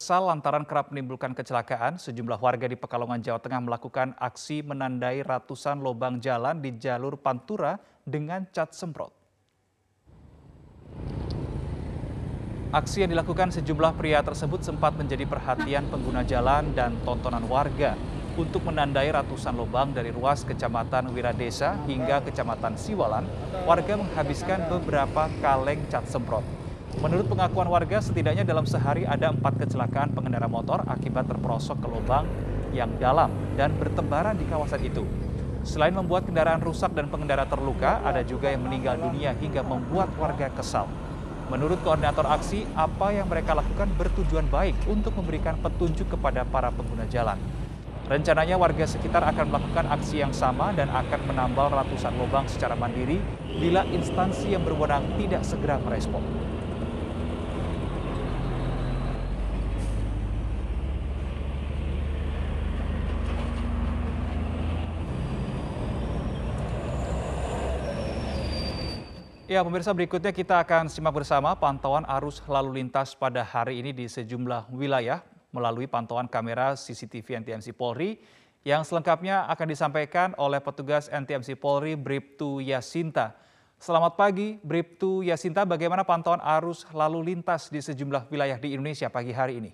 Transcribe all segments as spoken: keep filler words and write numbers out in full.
Kesal lantaran kerap menimbulkan kecelakaan, sejumlah warga di Pekalongan, Jawa Tengah melakukan aksi menandai ratusan lubang jalan di jalur Pantura dengan cat semprot. Aksi yang dilakukan sejumlah pria tersebut sempat menjadi perhatian pengguna jalan dan tontonan warga untuk menandai ratusan lubang dari ruas Kecamatan Wiradesa hingga Kecamatan Siwalan. Warga menghabiskan beberapa kaleng cat semprot. Menurut pengakuan warga, setidaknya dalam sehari ada empat kecelakaan pengendara motor akibat terperosok ke lubang yang dalam dan bertebaran di kawasan itu. Selain membuat kendaraan rusak dan pengendara terluka, ada juga yang meninggal dunia hingga membuat warga kesal. Menurut koordinator aksi, apa yang mereka lakukan bertujuan baik untuk memberikan petunjuk kepada para pengguna jalan. Rencananya warga sekitar akan melakukan aksi yang sama dan akan menambal ratusan lubang secara mandiri bila instansi yang berwenang tidak segera merespon. Ya, pemirsa, berikutnya kita akan simak bersama pantauan arus lalu lintas pada hari ini di sejumlah wilayah melalui pantauan kamera C C T V N T M C Polri yang selengkapnya akan disampaikan oleh petugas N T M C Polri Bribtu Yasinta. Selamat pagi, Bribtu Yasinta, bagaimana pantauan arus lalu lintas di sejumlah wilayah di Indonesia pagi hari ini?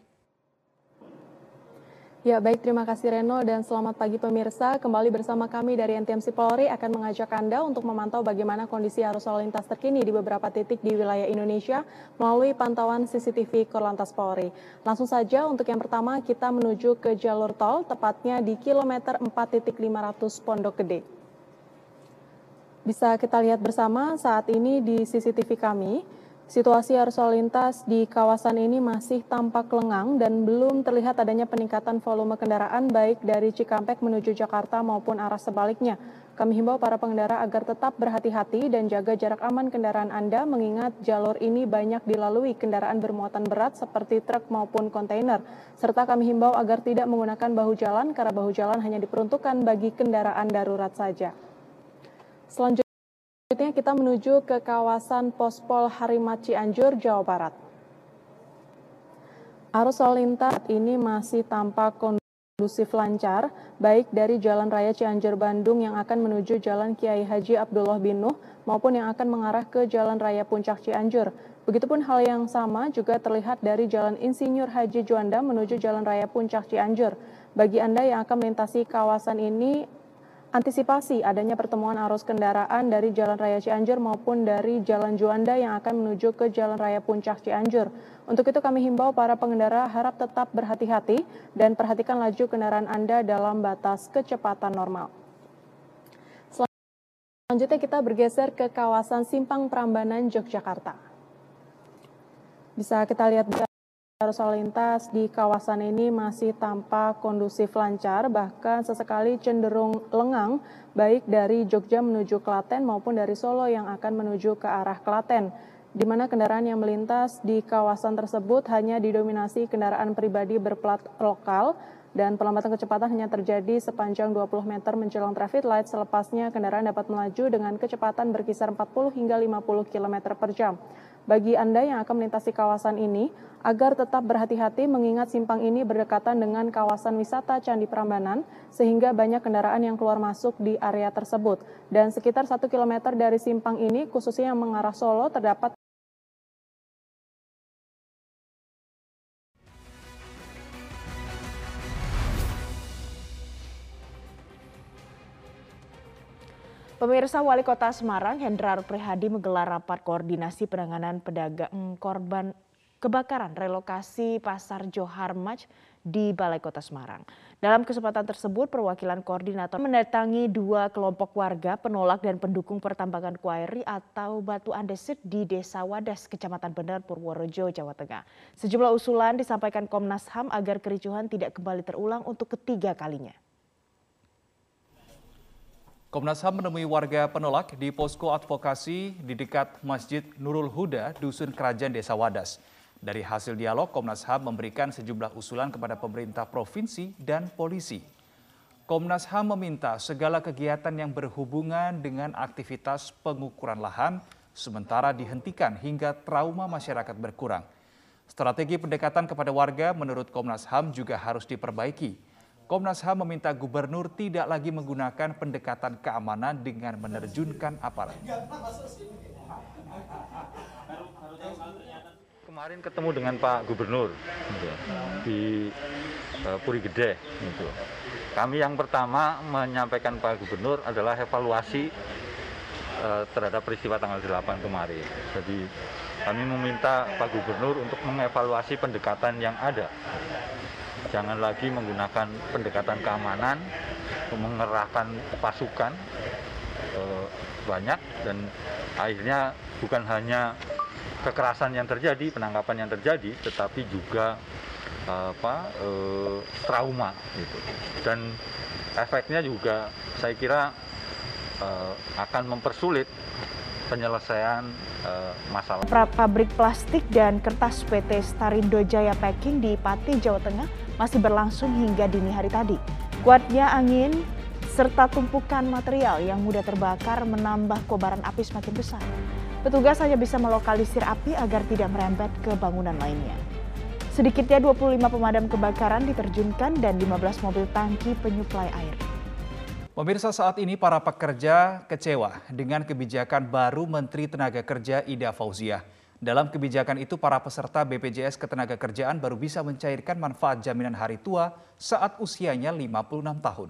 Ya, baik, terima kasih Reno dan selamat pagi pemirsa. Kembali bersama kami dari N T M C Polri akan mengajak Anda untuk memantau bagaimana kondisi arus lalu lintas terkini di beberapa titik di wilayah Indonesia melalui pantauan C C T V Korlantas Polri. Langsung saja untuk yang pertama kita menuju ke jalur tol, tepatnya di kilometer empat titik lima ratus Pondok Gede. Bisa kita lihat bersama saat ini di C C T V kami. Situasi arus lalu lintas di kawasan ini masih tampak lengang dan belum terlihat adanya peningkatan volume kendaraan baik dari Cikampek menuju Jakarta maupun arah sebaliknya. Kami himbau para pengendara agar tetap berhati-hati dan jaga jarak aman kendaraan Anda mengingat jalur ini banyak dilalui kendaraan bermuatan berat seperti truk maupun kontainer. Serta kami himbau agar tidak menggunakan bahu jalan karena bahu jalan hanya diperuntukkan bagi kendaraan darurat saja. Selanjutnya Selanjutnya kita menuju ke kawasan Pospol Harimat Cianjur, Jawa Barat. Arus lalu lintas ini masih tampak kondusif lancar, baik dari Jalan Raya Cianjur Bandung yang akan menuju Jalan Kiai Haji Abdullah bin Nuh maupun yang akan mengarah ke Jalan Raya Puncak Cianjur. Begitupun hal yang sama juga terlihat dari Jalan Insinyur Haji Juanda menuju Jalan Raya Puncak Cianjur. Bagi Anda yang akan melintasi kawasan ini, antisipasi adanya pertemuan arus kendaraan dari Jalan Raya Cianjur maupun dari Jalan Juanda yang akan menuju ke Jalan Raya Puncak Cianjur. Untuk itu kami himbau para pengendara harap tetap berhati-hati dan perhatikan laju kendaraan Anda dalam batas kecepatan normal. Selanjutnya kita bergeser ke kawasan Simpang Prambanan, Yogyakarta. Bisa kita lihat arus lalu lintas di kawasan ini masih tampak kondusif lancar, bahkan sesekali cenderung lengang, baik dari Jogja menuju Klaten maupun dari Solo yang akan menuju ke arah Klaten, di mana kendaraan yang melintas di kawasan tersebut hanya didominasi kendaraan pribadi berplat lokal, dan pelambatan kecepatan hanya terjadi sepanjang dua puluh meter menjelang traffic light, selepasnya kendaraan dapat melaju dengan kecepatan berkisar empat puluh hingga lima puluh kilometer per jam. Bagi Anda yang akan melintasi kawasan ini, agar tetap berhati-hati mengingat simpang ini berdekatan dengan kawasan wisata Candi Prambanan, sehingga banyak kendaraan yang keluar masuk di area tersebut. Dan sekitar satu kilometer dari simpang ini, khususnya yang mengarah Solo, terdapat Pemirsa, Wali Kota Semarang Hendrar Prihadi menggelar rapat koordinasi penanganan pedagang korban kebakaran relokasi Pasar Johar Mach di Balai Kota Semarang. Dalam kesempatan tersebut, perwakilan koordinator mendatangi dua kelompok warga penolak dan pendukung pertambangan kuari atau batu andesit di Desa Wadas, Kecamatan Bener, Purworejo, Jawa Tengah. Sejumlah usulan disampaikan Komnas H A M agar kericuhan tidak kembali terulang untuk ketiga kalinya. Komnas H A M menemui warga penolak di posko advokasi di dekat Masjid Nurul Huda, Dusun Kerajaan Desa Wadas. Dari hasil dialog, Komnas H A M memberikan sejumlah usulan kepada pemerintah provinsi dan polisi. Komnas H A M meminta segala kegiatan yang berhubungan dengan aktivitas pengukuran lahan sementara dihentikan hingga trauma masyarakat berkurang. Strategi pendekatan kepada warga menurut Komnas H A M juga harus diperbaiki. Komnas H A M meminta gubernur tidak lagi menggunakan pendekatan keamanan dengan menerjunkan aparat. Kemarin ketemu dengan Pak Gubernur gitu, di uh, Puri Gede. Gitu. Kami yang pertama menyampaikan Pak Gubernur adalah evaluasi uh, terhadap peristiwa tanggal delapan kemarin. Jadi kami meminta Pak Gubernur untuk mengevaluasi pendekatan yang ada. Jangan lagi menggunakan pendekatan keamanan, mengerahkan pasukan uh, banyak dan akhirnya bukan hanya kekerasan yang terjadi, penangkapan yang terjadi, tetapi juga apa eh, trauma gitu. Dan efeknya juga saya kira eh, akan mempersulit penyelesaian eh, masalah. Pabrik plastik dan kertas P T Starindo Jaya Packing di Pati, Jawa Tengah masih berlangsung hingga dini hari tadi. Kuatnya angin serta tumpukan material yang mudah terbakar menambah kobaran api semakin besar. Petugas hanya bisa melokalisir api agar tidak merembet ke bangunan lainnya. Sedikitnya dua puluh lima pemadam kebakaran diterjunkan dan lima belas mobil tangki penyuplai air. Pemirsa, saat ini para pekerja kecewa dengan kebijakan baru Menteri Tenaga Kerja Ida Fauziah. Dalam kebijakan itu, para peserta B P J S Ketenagakerjaan baru bisa mencairkan manfaat jaminan hari tua saat usianya lima puluh enam tahun.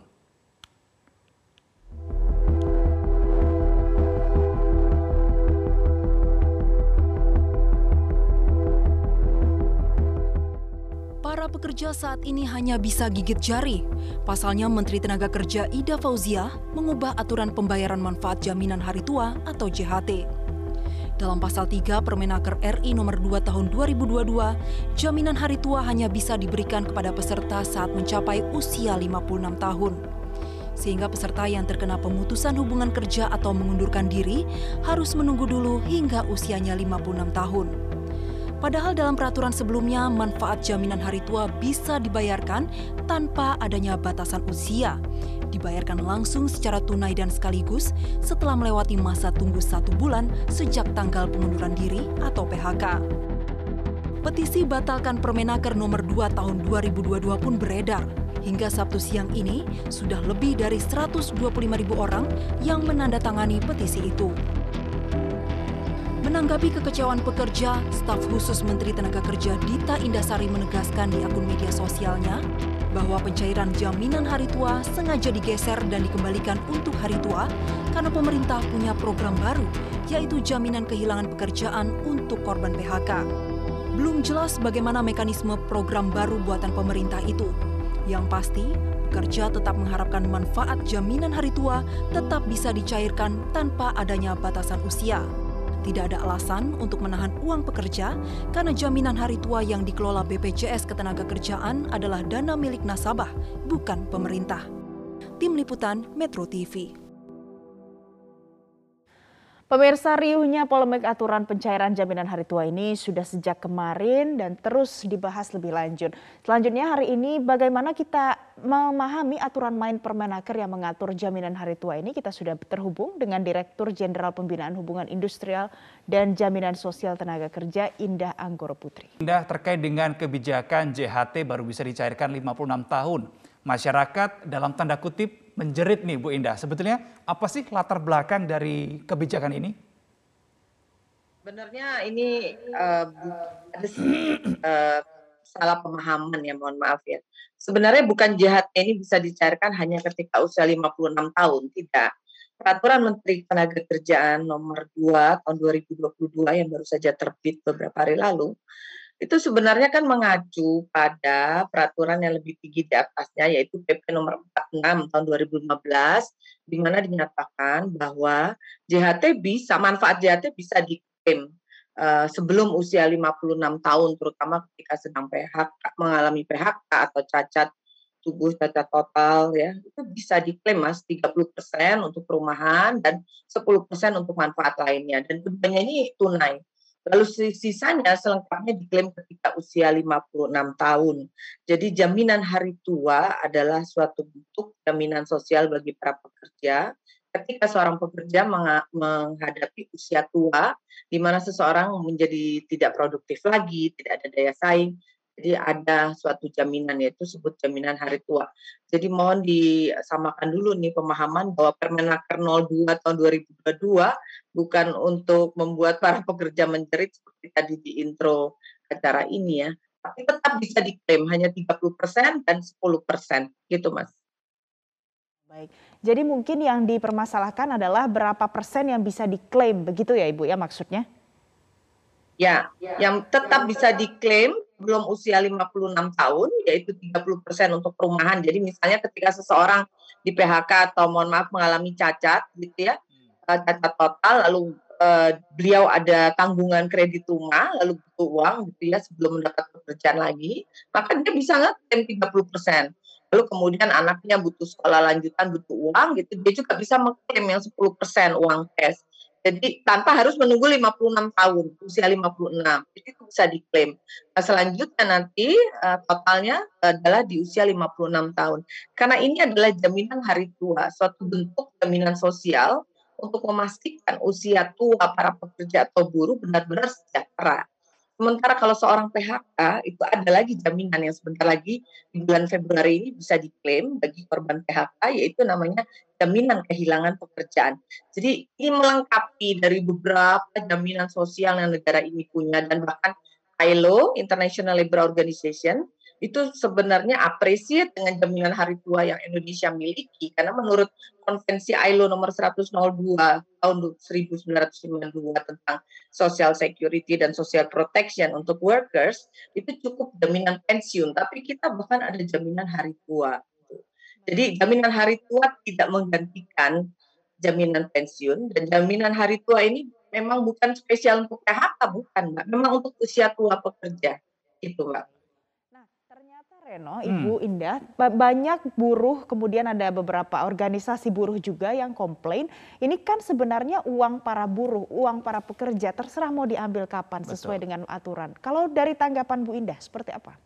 Para pekerja saat ini hanya bisa gigit jari. Pasalnya Menteri Tenaga Kerja Ida Fauziah mengubah aturan pembayaran manfaat jaminan hari tua atau J H T. Dalam pasal tiga Permenaker R I nomor dua tahun dua ribu dua puluh dua, jaminan hari tua hanya bisa diberikan kepada peserta saat mencapai usia lima puluh enam tahun. Sehingga peserta yang terkena pemutusan hubungan kerja atau mengundurkan diri harus menunggu dulu hingga usianya lima puluh enam tahun. Padahal dalam peraturan sebelumnya, manfaat jaminan hari tua bisa dibayarkan tanpa adanya batasan usia. Dibayarkan langsung secara tunai dan sekaligus setelah melewati masa tunggu satu bulan sejak tanggal pengunduran diri atau P H K. Petisi batalkan Permenaker nomor dua tahun dua ribu dua puluh dua pun beredar. Hingga Sabtu siang ini, sudah lebih dari seratus dua puluh lima ribu orang yang menandatangani petisi itu. Menanggapi kekecewaan pekerja, staf khusus Menteri Tenaga Kerja Dita Indasari menegaskan di akun media sosialnya bahwa pencairan jaminan hari tua sengaja digeser dan dikembalikan untuk hari tua karena pemerintah punya program baru, yaitu jaminan kehilangan pekerjaan untuk korban P H K. Belum jelas bagaimana mekanisme program baru buatan pemerintah itu. Yang pasti, pekerja tetap mengharapkan manfaat jaminan hari tua tetap bisa dicairkan tanpa adanya batasan usia. Tidak ada alasan untuk menahan uang pekerja karena jaminan hari tua yang dikelola B P J S Ketenagakerjaan adalah dana milik nasabah, bukan pemerintah. Tim Liputan Metro T V. Pemirsa, riuhnya polemik aturan pencairan jaminan hari tua ini sudah sejak kemarin dan terus dibahas lebih lanjut. Selanjutnya hari ini bagaimana kita memahami aturan main Permenaker yang mengatur jaminan hari tua ini, kita sudah terhubung dengan Direktur Jenderal Pembinaan Hubungan Industrial dan Jaminan Sosial Tenaga Kerja Indah Anggoro Putri. Indah, terkait dengan kebijakan J H T baru bisa dicairkan lima puluh enam tahun. Masyarakat dalam tanda kutip menjerit nih Bu Indah. Sebetulnya apa sih latar belakang dari kebijakan ini? Sebenarnya ini uh, ada uh, salah pemahaman ya, mohon maaf ya. Sebenarnya bukan J H T ini bisa dicairkan hanya ketika usia lima puluh enam tahun, tidak. Peraturan Menteri Ketenagakerjaan nomor dua tahun dua ribu dua puluh dua yang baru saja terbit beberapa hari lalu, itu sebenarnya kan mengacu pada peraturan yang lebih tinggi di atasnya, yaitu P P nomor empat puluh enam tahun dua ribu lima belas, di mana dinyatakan bahwa J H T bisa, manfaat J H T bisa diklaim uh, sebelum usia lima puluh enam tahun, terutama ketika sedang P H K, mengalami P H K atau cacat tubuh, cacat total, ya, itu bisa diklaim Mas, tiga puluh persen untuk perumahan dan sepuluh persen untuk manfaat lainnya, dan keduanya ini tunai. Lalu sisanya selengkapnya diklaim ketika usia lima puluh enam tahun. Jadi jaminan hari tua adalah suatu bentuk jaminan sosial bagi para pekerja ketika seorang pekerja menga- menghadapi usia tua, di mana seseorang menjadi tidak produktif lagi, tidak ada daya saing, jadi ada suatu jaminan yaitu sebut jaminan hari tua. Jadi mohon disamakan dulu nih pemahaman bahwa Permenaker nol dua tahun dua ribu dua puluh dua bukan untuk membuat para pekerja menjerit seperti tadi di intro acara ini ya, tapi tetap bisa diklaim hanya tiga puluh persen dan sepuluh persen gitu Mas. Baik, jadi mungkin yang dipermasalahkan adalah berapa persen yang bisa diklaim, begitu ya Ibu ya maksudnya? Ya, yang tetap bisa diklaim sebelum usia lima puluh enam tahun, yaitu tiga puluh persen untuk perumahan. Jadi misalnya ketika seseorang di P H K atau mohon maaf mengalami cacat gitu ya, eee, cacat total lalu, eee, beliau ada tanggungan kredit rumah, lalu butuh uang gitu ya sebelum mendapat pekerjaan lagi, maka dia bisa ngeklaim tiga puluh persen. Lalu kemudian anaknya butuh sekolah lanjutan, butuh uang gitu, dia juga bisa mengklaim yang sepuluh persen uang cash. Jadi tanpa harus menunggu lima puluh enam tahun, usia lima puluh enam, jadi itu bisa diklaim. Nah selanjutnya nanti, eee, totalnya adalah di usia lima puluh enam tahun. Karena ini adalah jaminan hari tua, suatu bentuk jaminan sosial untuk memastikan usia tua para pekerja atau buruh benar-benar sejahtera. Sementara kalau seorang P H K itu ada lagi jaminan yang sebentar lagi di bulan Februari ini bisa diklaim bagi korban P H K, yaitu namanya jaminan kehilangan pekerjaan. Jadi ini melengkapi dari beberapa jaminan sosial yang negara ini punya dan bahkan I L O, International Labour Organization, itu sebenarnya appreciate dengan jaminan hari tua yang Indonesia miliki karena menurut konvensi I L O nomor seratus dua tahun seribu sembilan ratus sembilan puluh dua tentang social security dan social protection untuk workers itu cukup jaminan pensiun, tapi kita bahkan ada jaminan hari tua. Gitu. Jadi jaminan hari tua tidak menggantikan jaminan pensiun dan jaminan hari tua ini memang bukan spesial untuk P H K, bukan Mbak, memang untuk usia tua pekerja, gitu Mbak. Nah, ternyata Reno, Hmm. Ibu Indah, ba- banyak buruh, kemudian ada beberapa organisasi buruh juga yang komplain. Ini kan sebenarnya uang para buruh, uang para pekerja, terserah mau diambil kapan sesuai Betul. dengan aturan. Kalau dari tanggapan Bu Indah, seperti apa?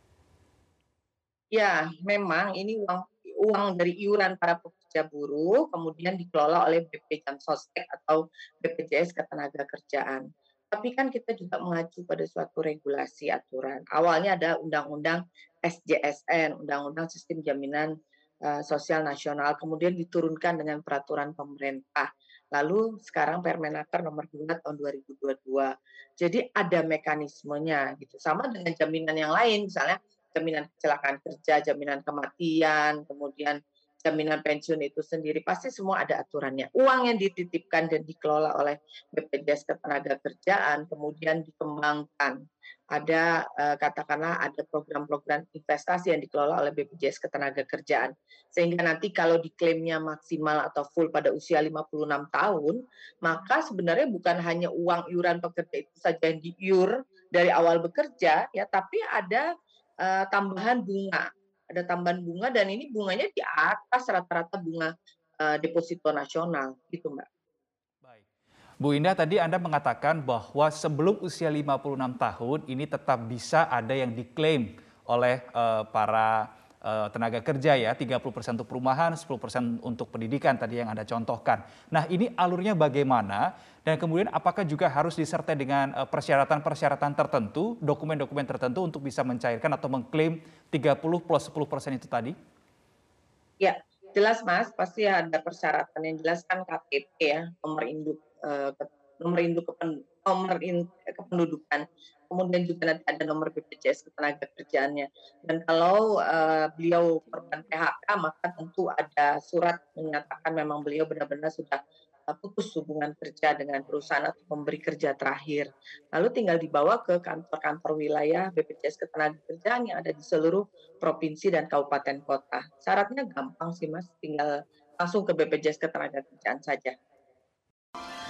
Ya, memang ini uang uang dari iuran para pekerja buruh, kemudian dikelola oleh B P Jam Sostek atau B P J S Ketenagakerjaan. Tapi kan kita juga mengacu pada suatu regulasi aturan. Awalnya ada Undang-Undang S J S N, Undang-Undang Sistem Jaminan eh, Sosial Nasional, kemudian diturunkan dengan peraturan pemerintah. Lalu sekarang Permenaker nomor dua tahun dua ribu dua puluh dua. Jadi ada mekanismenya gitu. Sama dengan jaminan yang lain, misalnya jaminan kecelakaan kerja, jaminan kematian, kemudian jaminan pensiun itu sendiri pasti semua ada aturannya. Uang yang dititipkan dan dikelola oleh B P J S Ketenagakerjaan kemudian dikembangkan. Ada eh, katakanlah ada program-program investasi yang dikelola oleh B P J S Ketenagakerjaan. Sehingga nanti kalau diklaimnya maksimal atau full pada usia lima puluh enam tahun, maka sebenarnya bukan hanya uang iuran pekerja itu saja yang diiur dari awal bekerja ya, tapi ada uh, tambahan bunga. Ada tambahan bunga dan ini bunganya di atas rata-rata bunga uh, deposito nasional gitu Mbak. Baik. Bu Indah, tadi Anda mengatakan bahwa sebelum usia lima puluh enam tahun ini tetap bisa ada yang diklaim oleh uh, para uh, tenaga kerja ya, tiga puluh persen untuk perumahan, sepuluh persen untuk pendidikan tadi yang Anda contohkan. Nah, ini alurnya bagaimana dan kemudian apakah juga harus disertai dengan uh, persyaratan-persyaratan tertentu, dokumen-dokumen tertentu untuk bisa mencairkan atau mengklaim tiga puluh plus sepuluh persen itu tadi? Ya, jelas Mas, pasti ada persyaratan yang jelas kan K T P ya, nomor induk eh, ke- nomor induk kepen- nomor in- eh, kependudukan. Kemudian juga nanti ada nomor B P J S Ketenagakerjaannya. Dan kalau eh, beliau korban P H K, maka tentu ada surat menyatakan memang beliau benar-benar sudah eh, putus hubungan kerja dengan perusahaan atau memberi kerja terakhir. Lalu tinggal dibawa ke kantor-kantor wilayah B P J S Ketenagakerjaan yang ada di seluruh provinsi dan kabupaten kota. Syaratnya gampang sih Mas, tinggal langsung ke B P J S Ketenagakerjaan saja.